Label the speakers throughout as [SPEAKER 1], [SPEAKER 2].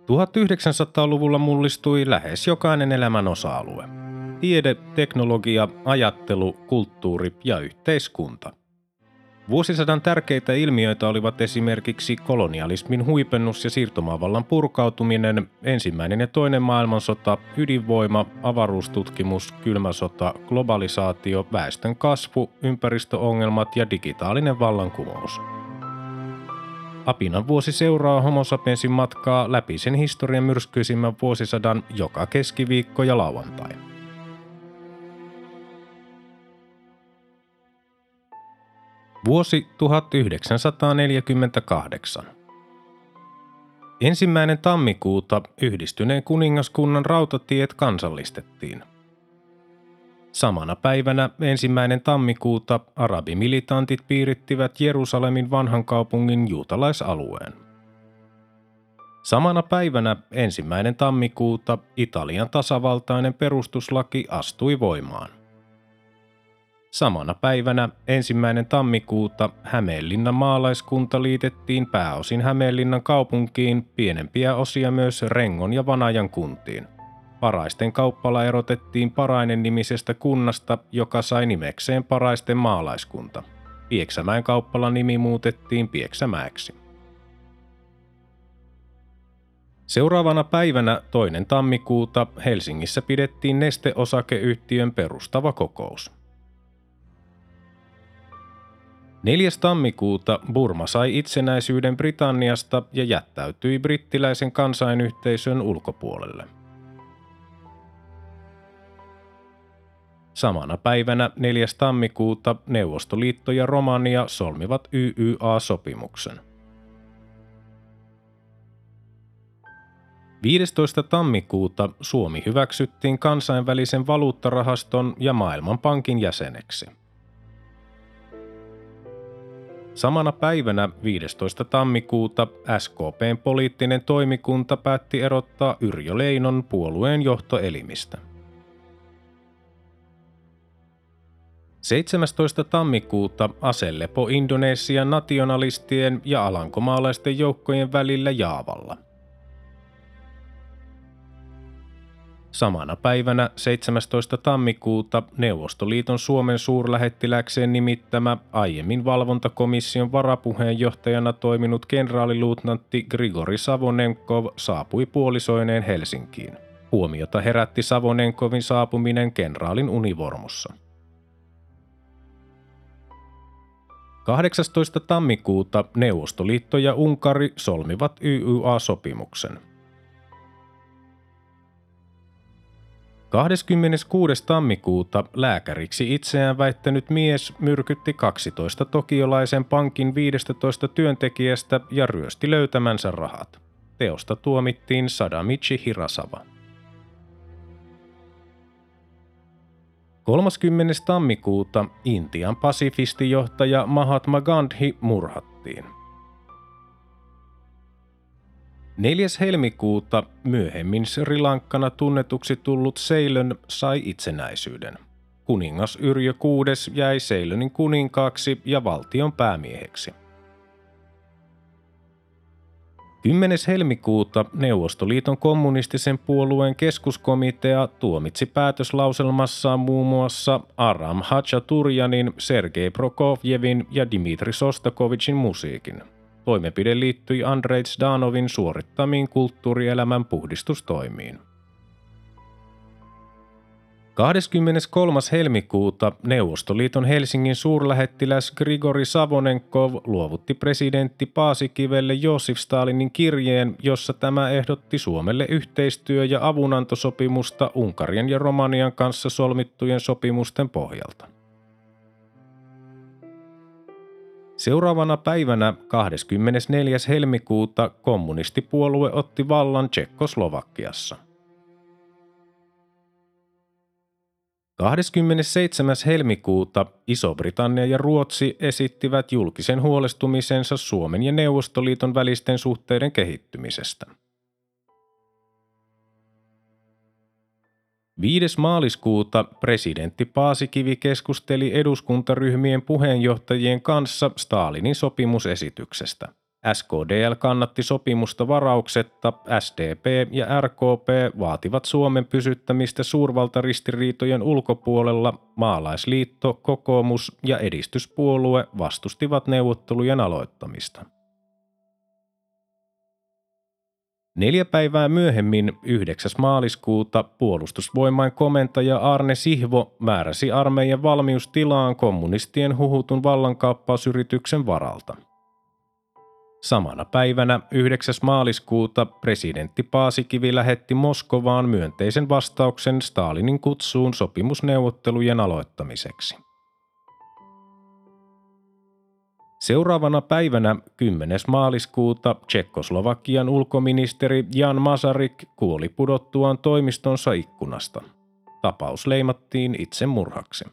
[SPEAKER 1] 1900-luvulla mullistui lähes jokainen elämän osa-alue. Tiede, teknologia, ajattelu, kulttuuri ja yhteiskunta. Vuosisadan tärkeitä ilmiöitä olivat esimerkiksi kolonialismin huipennus ja siirtomaavallan purkautuminen, ensimmäinen ja toinen maailmansota, ydinvoima, avaruustutkimus, kylmä sota, globalisaatio, väestön kasvu, ympäristöongelmat ja digitaalinen vallankumous. Apinan vuosi seuraa Homo sapiensin matkaa läpi sen historian myrskyisimmän vuosisadan joka keskiviikko ja lauantai. Vuosi 1948. 1. tammikuuta Yhdistyneen kuningaskunnan rautatiet kansallistettiin. Samana päivänä 1. tammikuuta arabimilitantit piirittivät Jerusalemin vanhan kaupungin juutalaisalueen. Samana päivänä 1. tammikuuta Italian tasavaltainen perustuslaki astui voimaan. Samana päivänä 1. tammikuuta Hämeenlinnan maalaiskunta liitettiin pääosin Hämeenlinnan kaupunkiin, pienempiä osia myös Rengon ja Vanajan kuntiin. Paraisten kauppala erotettiin Parainen-nimisestä kunnasta, joka sai nimekseen Paraisten maalaiskunta. Pieksämäen kauppalan nimi muutettiin Pieksämäeksi. Seuraavana päivänä 2. tammikuuta Helsingissä pidettiin Neste-osakeyhtiön perustava kokous. 4. tammikuuta Burma sai itsenäisyyden Britanniasta ja jättäytyi brittiläisen kansainyhteisön ulkopuolelle. Samana päivänä 4. tammikuuta Neuvostoliitto ja Romania solmivat YYA-sopimuksen. 15. tammikuuta Suomi hyväksyttiin kansainvälisen valuuttarahaston ja Maailmanpankin jäseneksi. Samana päivänä 15. tammikuuta SKP:n poliittinen toimikunta päätti erottaa Yrjö Leinon puolueen johtoelimistä. 17. tammikuuta aselepo Indonesian nationalistien ja alankomaalaisten joukkojen välillä Jaavalla. Samana päivänä 17. tammikuuta Neuvostoliiton Suomen suurlähettiläkseen nimittämä aiemmin valvontakomission varapuheenjohtajana toiminut kenraaliluutnantti Grigori Savonenkov saapui puolisoineen Helsinkiin. Huomiota herätti Savonenkovin saapuminen kenraalin univormussa. 18. tammikuuta Neuvostoliitto ja Unkari solmivat YYA-sopimuksen. 26. tammikuuta lääkäriksi itseään väittänyt mies myrkytti 12 tokiolaisen pankin 15 työntekijästä ja ryösti löytämänsä rahat. Teosta tuomittiin Sadamichi Hirasawa. 30. tammikuuta Intian pasifistijohtaja Mahatma Gandhi murhattiin. 4. helmikuuta myöhemmin Sri Lankana tunnetuksi tullut Ceylon sai itsenäisyyden. Kuningas Yrjö VI jäi Ceylonin kuninkaaksi ja valtion päämieheksi. 10. helmikuuta Neuvostoliiton kommunistisen puolueen keskuskomitea tuomitsi päätöslauselmassaan muun muassa Aram Hachaturjanin, Sergei Prokofjevin ja Dmitri Sostakovichin musiikin. Toimenpide liittyi Andrei Zhdanovin suorittamiin kulttuurielämän puhdistustoimiin. 23. helmikuuta Neuvostoliiton Helsingin suurlähettiläs Grigori Savonenkov luovutti presidentti Paasikivelle Joosif Stalinin kirjeen, jossa tämä ehdotti Suomelle yhteistyö- ja avunantosopimusta Unkarin ja Romanian kanssa solmittujen sopimusten pohjalta. Seuraavana päivänä 24. helmikuuta kommunistipuolue otti vallan Tšekkoslovakiassa. 27. helmikuuta Iso-Britannia ja Ruotsi esittivät julkisen huolestumisensa Suomen ja Neuvostoliiton välisten suhteiden kehittymisestä. 5. maaliskuuta presidentti Paasikivi keskusteli eduskuntaryhmien puheenjohtajien kanssa Stalinin sopimusesityksestä. SKDL kannatti sopimusta varauksetta, SDP ja RKP vaativat Suomen pysyttämistä suurvaltaristiriitojen ulkopuolella, Maalaisliitto, Kokoomus ja Edistyspuolue vastustivat neuvottelujen aloittamista. 4 päivää myöhemmin, 9. maaliskuuta, puolustusvoimain komentaja Arne Sihvo määräsi armeijan valmiustilaan kommunistien huhutun vallankaappausyrityksen varalta. Samana päivänä 9. maaliskuuta presidentti Paasikivi lähetti Moskovaan myönteisen vastauksen Stalinin kutsuun sopimusneuvottelujen aloittamiseksi. Seuraavana päivänä 10. maaliskuuta Tšekkoslovakian ulkoministeri Jan Masaryk kuoli pudottuaan toimistonsa ikkunasta. Tapaus leimattiin itsemurhaksi.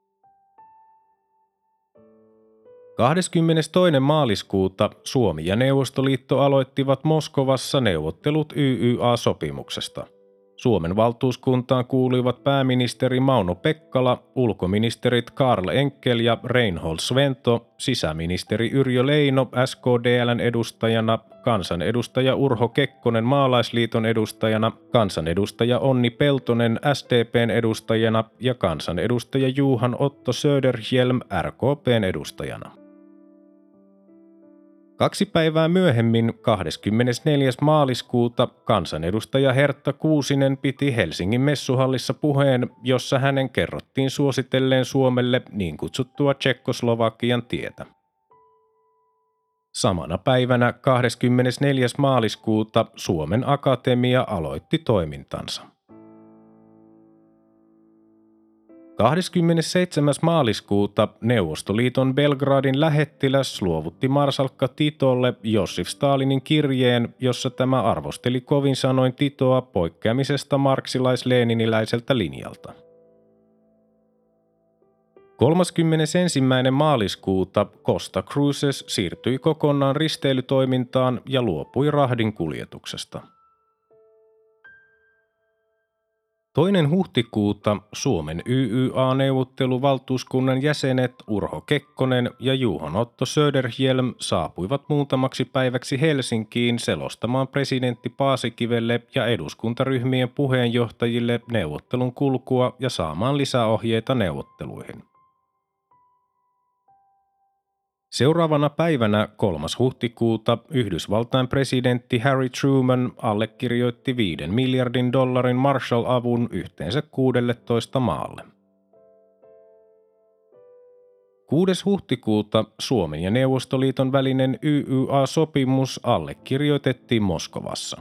[SPEAKER 1] 22. maaliskuuta Suomi ja Neuvostoliitto aloittivat Moskovassa neuvottelut YYA-sopimuksesta. Suomen valtuuskuntaan kuuluivat pääministeri Mauno Pekkala, ulkoministerit Karl Enkel ja Reinhold Svento, sisäministeri Yrjö Leino SKDL:n edustajana, kansanedustaja Urho Kekkonen Maalaisliiton edustajana, kansanedustaja Onni Peltonen SDP:n edustajana ja kansanedustaja Johan Otto Söderhielm RKP:n edustajana. 2 päivää myöhemmin, 24. maaliskuuta, kansanedustaja Hertta Kuusinen piti Helsingin messuhallissa puheen, jossa hänen kerrottiin suositelleen Suomelle niin kutsuttua Tšekkoslovakian tietä. Samana päivänä, 24. maaliskuuta, Suomen Akatemia aloitti toimintansa. 27. maaliskuuta Neuvostoliiton Belgradin lähettiläs luovutti marsalkka Titolle Jossif Stalinin kirjeen, jossa tämä arvosteli kovin sanoin Titoa poikkeamisesta marksilais-leniniläiseltä linjalta. 31. maaliskuuta Costa Cruises siirtyi kokonaan risteilytoimintaan ja luopui rahdin kuljetuksesta. 2. huhtikuuta Suomen YYA-neuvotteluvaltuuskunnan jäsenet Urho Kekkonen ja Johan Otto Söderhielm saapuivat muutamaksi päiväksi Helsinkiin selostamaan presidentti Paasikivelle ja eduskuntaryhmien puheenjohtajille neuvottelun kulkua ja saamaan lisäohjeita neuvotteluihin. Seuraavana päivänä 3. huhtikuuta Yhdysvaltain presidentti Harry Truman allekirjoitti $5 miljardin Marshall-avun yhteensä 16 maalle. 6. huhtikuuta Suomen ja Neuvostoliiton välinen YYA-sopimus allekirjoitettiin Moskovassa.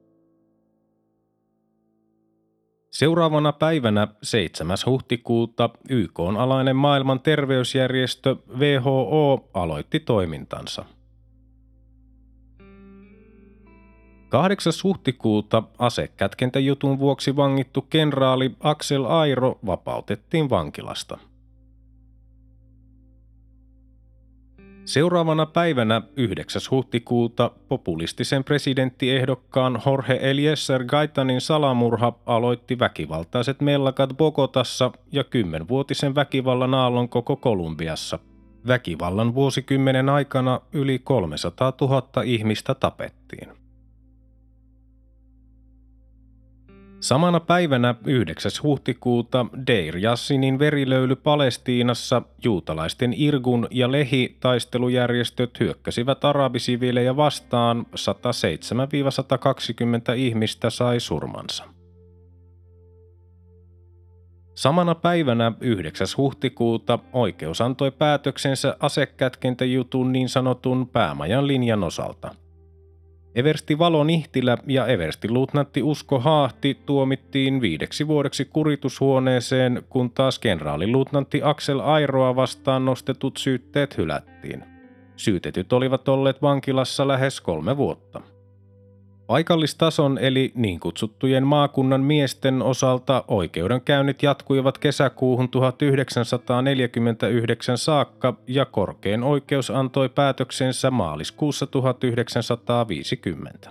[SPEAKER 1] Seuraavana päivänä 7. huhtikuuta YK:n alainen maailman terveysjärjestö WHO aloitti toimintansa. 8. huhtikuuta asekätkentäjutun vuoksi vangittu kenraali Axel Airo vapautettiin vankilasta. Seuraavana päivänä 9. huhtikuuta populistisen presidenttiehdokkaan Jorge Eliezer Gaitanin salamurha aloitti väkivaltaiset mellakat Bogotassa ja 10-vuotisen väkivallan aallon koko Kolumbiassa. Väkivallan vuosikymmenen aikana yli 300 000 ihmistä tapettiin. Samana päivänä 9. huhtikuuta Deir Yassinin verilöyly Palestiinassa juutalaisten Irgun ja Lehi-taistelujärjestöt hyökkäsivät arabisiviilejä vastaan, 107–120 ihmistä sai surmansa. Samana päivänä 9. huhtikuuta oikeus antoi päätöksensä asekätkentäjutun niin sanotun päämajan linjan osalta. Eversti Valo Nihtilä ja everstiluutnantti Usko Haahti tuomittiin 5 vuodeksi kuritushuoneeseen, kun taas kenraaliluutnantti Axel Airoa vastaan nostetut syytteet hylättiin. Syytetyt olivat olleet vankilassa lähes 3 vuotta. Paikallistason eli niin kutsuttujen maakunnan miesten osalta oikeudenkäynnit jatkuivat kesäkuuhun 1949 saakka ja korkein oikeus antoi päätöksensä maaliskuussa 1950.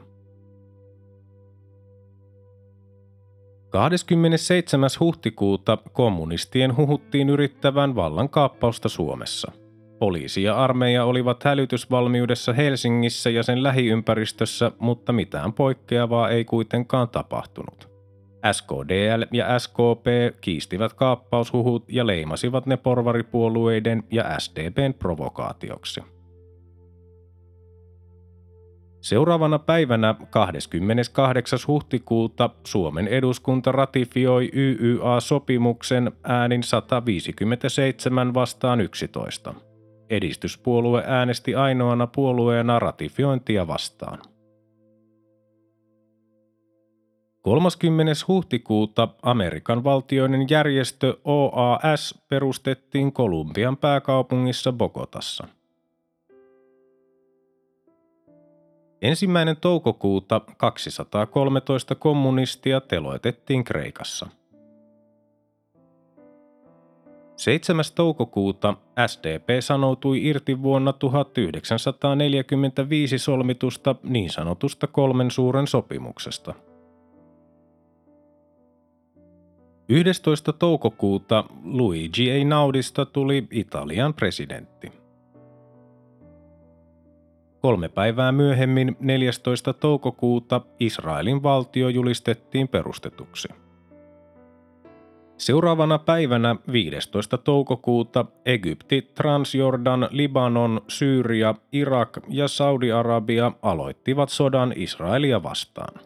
[SPEAKER 1] 27. huhtikuuta kommunistien huhuttiin yrittävän vallankaappausta Suomessa. Poliisi ja armeija olivat hälytysvalmiudessa Helsingissä ja sen lähiympäristössä, mutta mitään poikkeavaa ei kuitenkaan tapahtunut. SKDL ja SKP kiistivät kaappaushuhut ja leimasivat ne porvaripuolueiden ja SDP:n provokaatioksi. Seuraavana päivänä 28. huhtikuuta Suomen eduskunta ratifioi YYA-sopimuksen äänin 157 vastaan 11. Edistyspuolue äänesti ainoana puolueena ratifiointia vastaan. 30. huhtikuuta Amerikan valtioiden järjestö OAS perustettiin Kolumbian pääkaupungissa Bogotassa. 1. toukokuuta 213 kommunistia teloitettiin Kreikassa. 7. toukokuuta SDP sanoutui irti vuonna 1945 solmitusta niin sanotusta kolmen suuren sopimuksesta. 11. toukokuuta Luigi Einaudista tuli Italian presidentti. 3 päivää myöhemmin 14. toukokuuta Israelin valtio julistettiin perustetuksi. Seuraavana päivänä 15. toukokuuta Egypti, Transjordan, Libanon, Syyria, Irak ja Saudi-Arabia aloittivat sodan Israelia vastaan.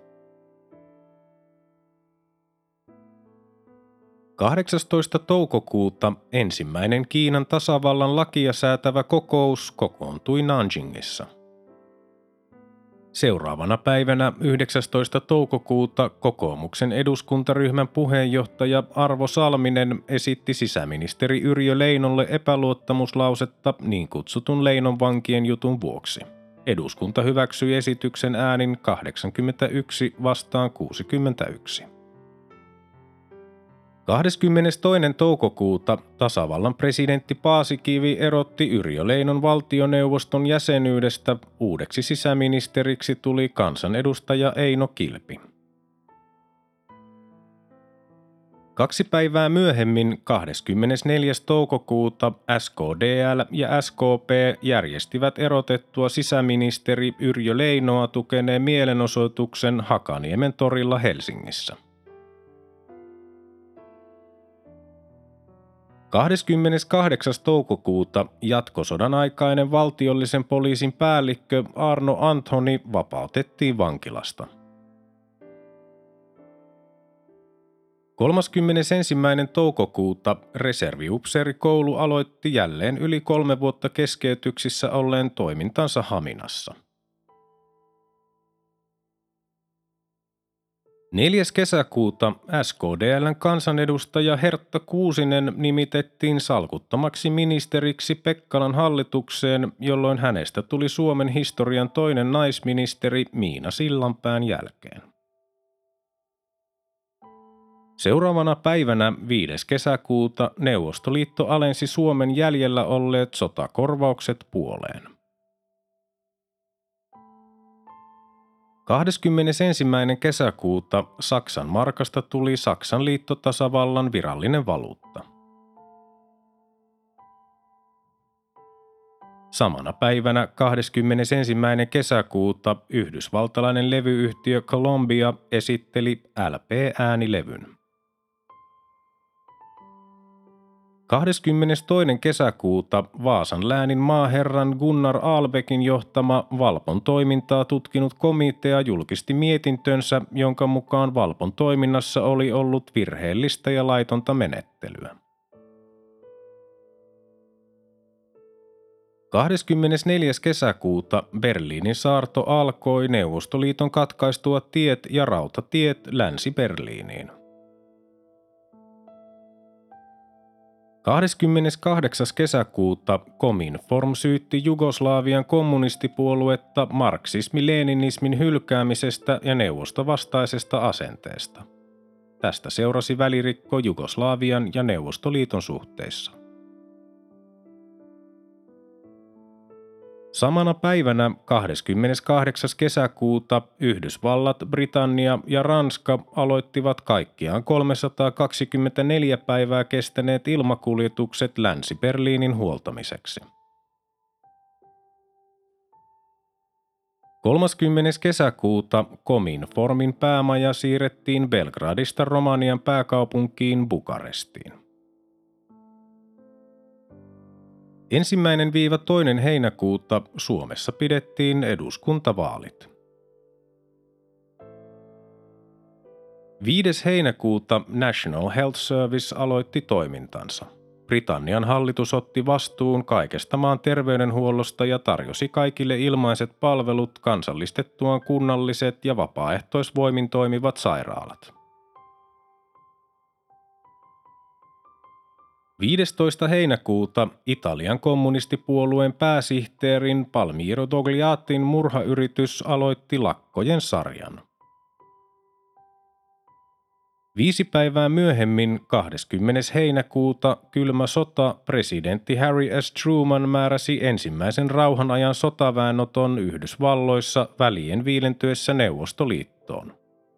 [SPEAKER 1] 18. toukokuuta ensimmäinen Kiinan tasavallan lakia säätävä kokous kokoontui Nanjingissa. Seuraavana päivänä 19. toukokuuta kokoomuksen eduskuntaryhmän puheenjohtaja Arvo Salminen esitti sisäministeri Yrjö Leinolle epäluottamuslausetta niin kutsutun Leinon vankien jutun vuoksi. Eduskunta hyväksyi esityksen äänin 81 vastaan 61. 22. toukokuuta tasavallan presidentti Paasikivi erotti Yrjö Leinon valtioneuvoston jäsenyydestä. Uudeksi sisäministeriksi tuli kansanedustaja Eino Kilpi. 2 päivää myöhemmin 24. toukokuuta SKDL ja SKP järjestivät erotettua sisäministeri Yrjö Leinoa tukeneen mielenosoituksen Hakaniemen torilla Helsingissä. 28. toukokuuta jatkosodan aikainen valtiollisen poliisin päällikkö Arno Anthony vapautettiin vankilasta. 31. toukokuuta reserviupseerikoulu aloitti jälleen yli 3 vuotta keskeytyksissä olleen toimintansa Haminassa. 4. kesäkuuta SKDL:n kansanedustaja Hertta Kuusinen nimitettiin salkuttomaksi ministeriksi Pekkalan hallitukseen, jolloin hänestä tuli Suomen historian toinen naisministeri Miina Sillanpään jälkeen. Seuraavana päivänä 5. kesäkuuta Neuvostoliitto alensi Suomen jäljellä olleet sotakorvaukset puoleen. 21. kesäkuuta Saksan markasta tuli Saksan liittotasavallan virallinen valuutta. Samana päivänä 21. kesäkuuta yhdysvaltalainen levyyhtiö Columbia esitteli LP-äänilevyn. 22. kesäkuuta Vaasan läänin maaherran Gunnar Aalbekin johtama Valpon toimintaa tutkinut komitea julkisti mietintönsä, jonka mukaan Valpon toiminnassa oli ollut virheellistä ja laitonta menettelyä. 24. kesäkuuta Berliinin saarto alkoi Neuvostoliiton katkaistua tiet ja rautatiet Länsi-Berliiniin. 28. kesäkuuta Kominform syytti Jugoslavian kommunistipuoluetta marksismi-leninismin hylkäämisestä ja neuvostovastaisesta asenteesta. Tästä seurasi välirikko Jugoslavian ja Neuvostoliiton suhteissa. Samana päivänä 28. kesäkuuta Yhdysvallat, Britannia ja Ranska aloittivat kaikkiaan 324 päivää kestäneet ilmakuljetukset Länsi-Berliinin huoltamiseksi. 30. kesäkuuta Kominformin päämaja siirrettiin Belgradista Romanian pääkaupunkiin Bukarestiin. 1.–2. heinäkuuta Suomessa pidettiin eduskuntavaalit. 5. heinäkuuta National Health Service aloitti toimintansa. Britannian hallitus otti vastuun kaikesta maan terveydenhuollosta ja tarjosi kaikille ilmaiset palvelut kansallistettuaan kunnalliset ja vapaaehtoisvoimin toimivat sairaalat. 15. heinäkuuta Italian kommunistipuolueen pääsihteerin Palmiro Togliattin murhayritys aloitti lakkojen sarjan. 5 päivää myöhemmin, 20. heinäkuuta, kylmä sota, presidentti Harry S. Truman määräsi ensimmäisen rauhanajan sotaväenoton Yhdysvalloissa välien viilentyessä Neuvostoliittoon.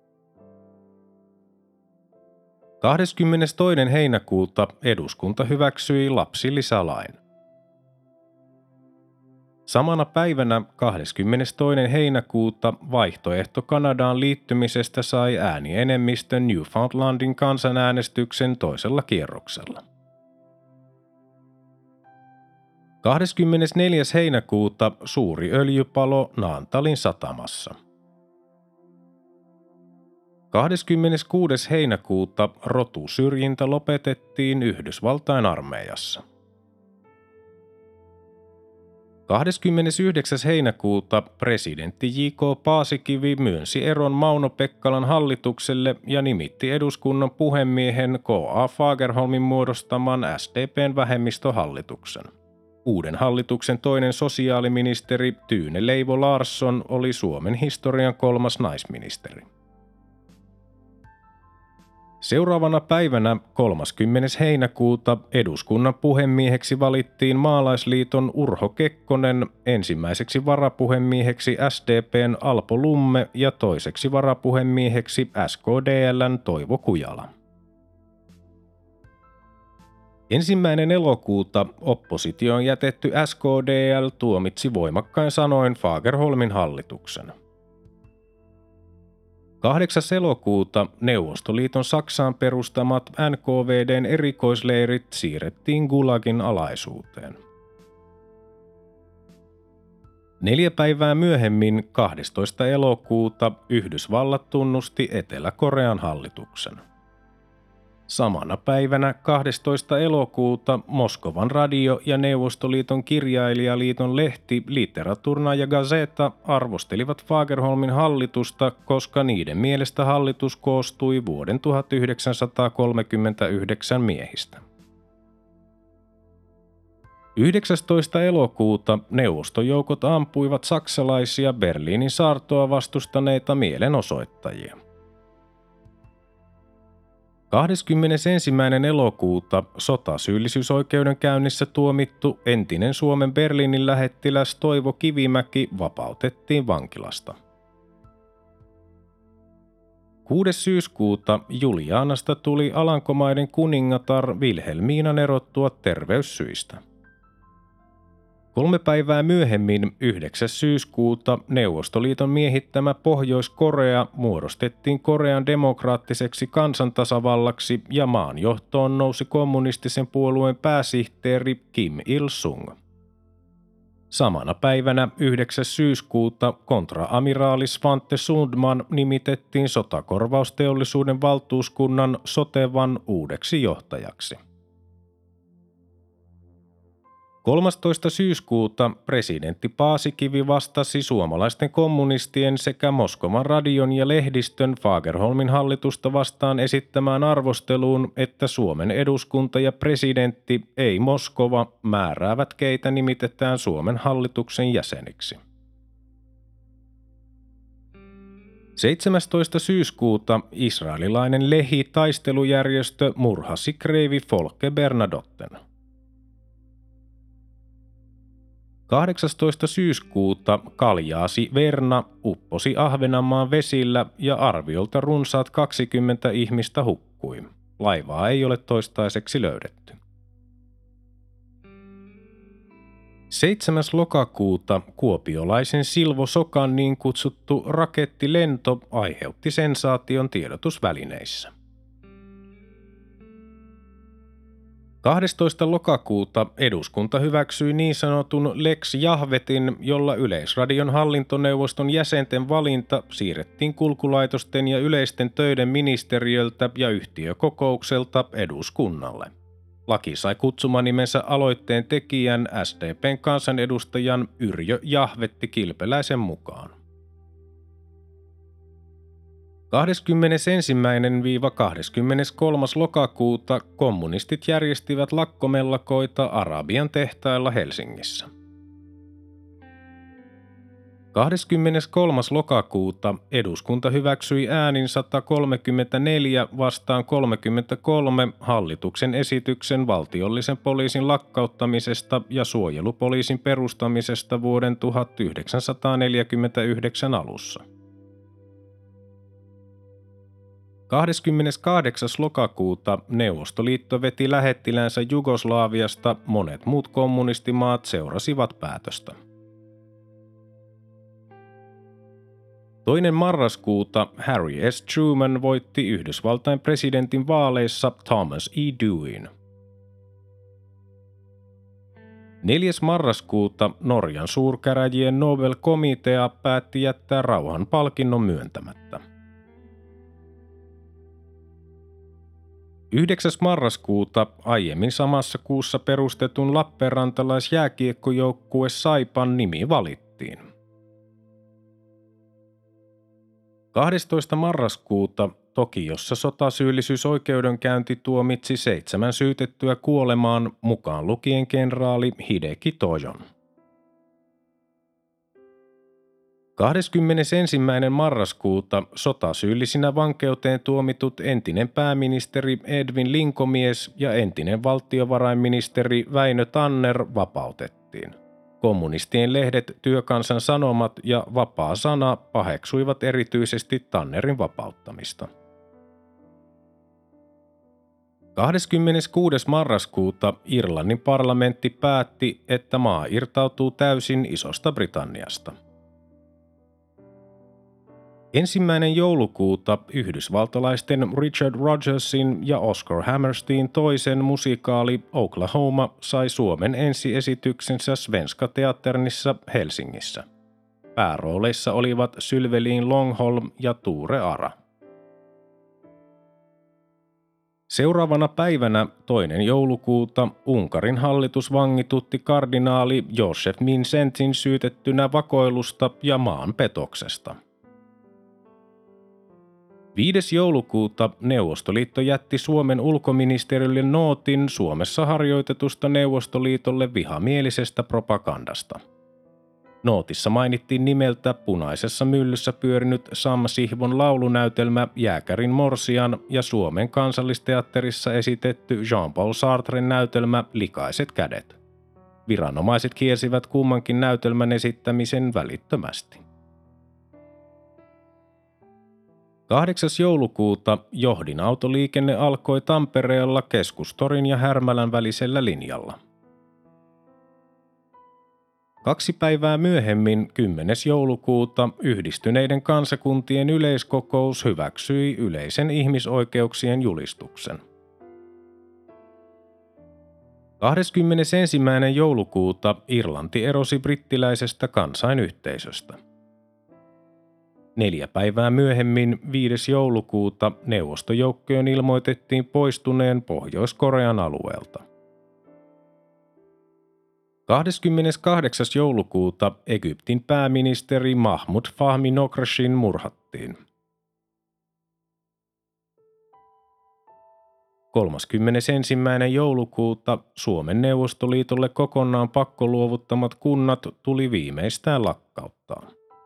[SPEAKER 1] 22. heinäkuuta eduskunta hyväksyi lapsilisälain. Samana päivänä 22. heinäkuuta vaihtoehto Kanadaan liittymisestä sai äänienemmistön Newfoundlandin kansanäänestyksen toisella kierroksella. 24. heinäkuuta suuri öljypalo Naantalin satamassa. 26. heinäkuuta rotusyrjintä lopetettiin Yhdysvaltain armeijassa. 29. heinäkuuta presidentti J.K. Paasikivi myönsi eron Mauno Pekkalan hallitukselle ja nimitti eduskunnan puhemiehen K.A. Fagerholmin muodostaman SDP:n vähemmistöhallituksen. Uuden hallituksen toinen sosiaaliministeri Tyyne Leivo Larsson oli Suomen historian 3. naisministeri. Seuraavana päivänä 30. heinäkuuta eduskunnan puhemieheksi valittiin Maalaisliiton Urho Kekkonen, ensimmäiseksi varapuhemieheksi SDP:n Alpo Lumme ja toiseksi varapuhemieheksi SKDL:n Toivo Kujala. 1. elokuuta oppositioon jätetty SKDL tuomitsi voimakkain sanoin Fagerholmin hallituksen. 8. elokuuta Neuvostoliiton Saksaan perustamat NKVD:n erikoisleirit siirrettiin Gulagin alaisuuteen. 4 päivää myöhemmin, 12. elokuuta, Yhdysvallat tunnusti Etelä-Korean hallituksen. Samana päivänä 12. elokuuta Moskovan radio- ja Neuvostoliiton kirjailijaliiton lehti Literaturna ja Gazeta arvostelivat Fagerholmin hallitusta, koska niiden mielestä hallitus koostui vuoden 1939 miehistä. 19. elokuuta neuvostojoukot ampuivat saksalaisia Berliinin saartoa vastustaneita mielenosoittajia. 21. elokuuta sotasyyllisyysoikeudenkäynnissä tuomittu entinen Suomen Berliinin lähettiläs Toivo Kivimäki vapautettiin vankilasta. 6. syyskuuta Julianasta tuli Alankomaiden kuningatar Vilhelmiinan erottua terveyssyistä. 3 päivää myöhemmin, 9. syyskuuta, Neuvostoliiton miehittämä Pohjois-Korea muodostettiin Korean demokraattiseksi kansantasavallaksi ja maan johtoon nousi kommunistisen puolueen pääsihteeri Kim Il-sung. Samana päivänä 9. syyskuuta kontra-amiraali Svante Sundman nimitettiin sotakorvausteollisuuden valtuuskunnan Sotevan uudeksi johtajaksi. 13. syyskuuta presidentti Paasikivi vastasi suomalaisten kommunistien sekä Moskovan radion ja lehdistön Fagerholmin hallitusta vastaan esittämään arvosteluun, että Suomen eduskunta ja presidentti, ei Moskova, määräävät keitä nimitetään Suomen hallituksen jäseniksi. 17. syyskuuta israelilainen Lehi-taistelujärjestö murhasi kreivi Folke Bernadotten. 18. syyskuuta Kaljaasi Verna upposi Ahvenanmaan vesillä ja arviolta runsaat 20 ihmistä hukkui. Laivaa ei ole toistaiseksi löydetty. 7. lokakuuta kuopiolaisen Silvo Sokan niin kutsuttu rakettilento aiheutti sensaation tiedotusvälineissä. 12. lokakuuta eduskunta hyväksyi niin sanotun Lex Jahvetin, jolla Yleisradion hallintoneuvoston jäsenten valinta siirrettiin kulkulaitosten ja yleisten töiden ministeriöltä ja yhtiökokoukselta eduskunnalle. Laki sai kutsumanimensä aloitteen tekijän SDP:n kansanedustajan Yrjö Jahvetti Kilpeläisen mukaan. 21.–23. lokakuuta kommunistit järjestivät lakkomellakoita Arabian tehtailla Helsingissä. 23. lokakuuta eduskunta hyväksyi äänin 134 vastaan 33 hallituksen esityksen valtiollisen poliisin lakkauttamisesta ja suojelupoliisin perustamisesta vuoden 1949 alussa. 28. lokakuuta Neuvostoliitto veti lähettiläänsä Jugoslaviasta, monet muut kommunistimaat seurasivat päätöstä. 2. marraskuuta Harry S. Truman voitti Yhdysvaltain presidentin vaaleissa Thomas E. Dewayn. 4. marraskuuta Norjan suurkäräjien Nobel-komitea päätti jättää rauhanpalkinnon myöntämättä. 9. marraskuuta aiemmin samassa kuussa perustetun lappeenrantalaisjääkiekkojoukkue Saipan nimi valittiin. 12. marraskuuta Tokiossa sotasyyllisyysoikeudenkäynti tuomitsi 7 syytettyä kuolemaan, mukaan lukien kenraali Hideki Tojon. 21. marraskuuta sotasyyllisinä vankeuteen tuomitut entinen pääministeri Edwin Linkomies ja entinen valtiovarainministeri Väinö Tanner vapautettiin. Kommunistien lehdet Työkansan Sanomat ja Vapaa Sana paheksuivat erityisesti Tannerin vapauttamista. 26. marraskuuta Irlannin parlamentti päätti, että maa irtautuu täysin Isosta Britanniasta. 1. joulukuuta yhdysvaltalaisten Richard Rodgersin ja Oscar Hammerstein toisen musikaali Oklahoma sai Suomen ensiesityksensä Svenska Teatternissa Helsingissä. Päärooleissa olivat Sylvelin Longholm ja Tuure Ara. Seuraavana päivänä 2. joulukuuta Unkarin hallitus vangitutti kardinaali Josef Mincentin syytettynä vakoilusta ja maanpetoksesta. 5. joulukuuta Neuvostoliitto jätti Suomen ulkoministeriölle nootin Suomessa harjoitetusta Neuvostoliitolle vihamielisestä propagandasta. Nootissa mainittiin nimeltä Punaisessa myllyssä pyörinyt Sam Sihvon laulunäytelmä Jääkärin morsian ja Suomen kansallisteatterissa esitetty Jean-Paul Sartren näytelmä Likaiset kädet. Viranomaiset kielsivät kummankin näytelmän esittämisen välittömästi. 8. joulukuuta johdinautoliikenne alkoi Tampereella Keskustorin ja Härmälän välisellä linjalla. 2 päivää myöhemmin, 10. joulukuuta, Yhdistyneiden kansakuntien yleiskokous hyväksyi yleisen ihmisoikeuksien julistuksen. 21. joulukuuta Irlanti erosi brittiläisestä kansainyhteisöstä. 4 päivää myöhemmin, 5. joulukuuta, neuvostojoukkojen ilmoitettiin poistuneen Pohjois-Korean alueelta. 28. joulukuuta Egyptin pääministeri Mahmoud Fahmi Nokreshin murhattiin. 31. joulukuuta Suomen Neuvostoliitolle kokonaan pakkoluovuttamat kunnat tuli viimeistään lakkauttaa.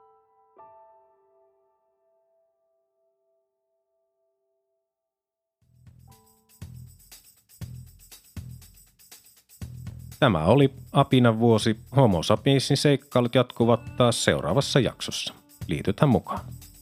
[SPEAKER 1] Tämä oli Apinan vuosi. Homo sapiensin seikkailut jatkuvat taas seuraavassa jaksossa. Liitytään mukaan.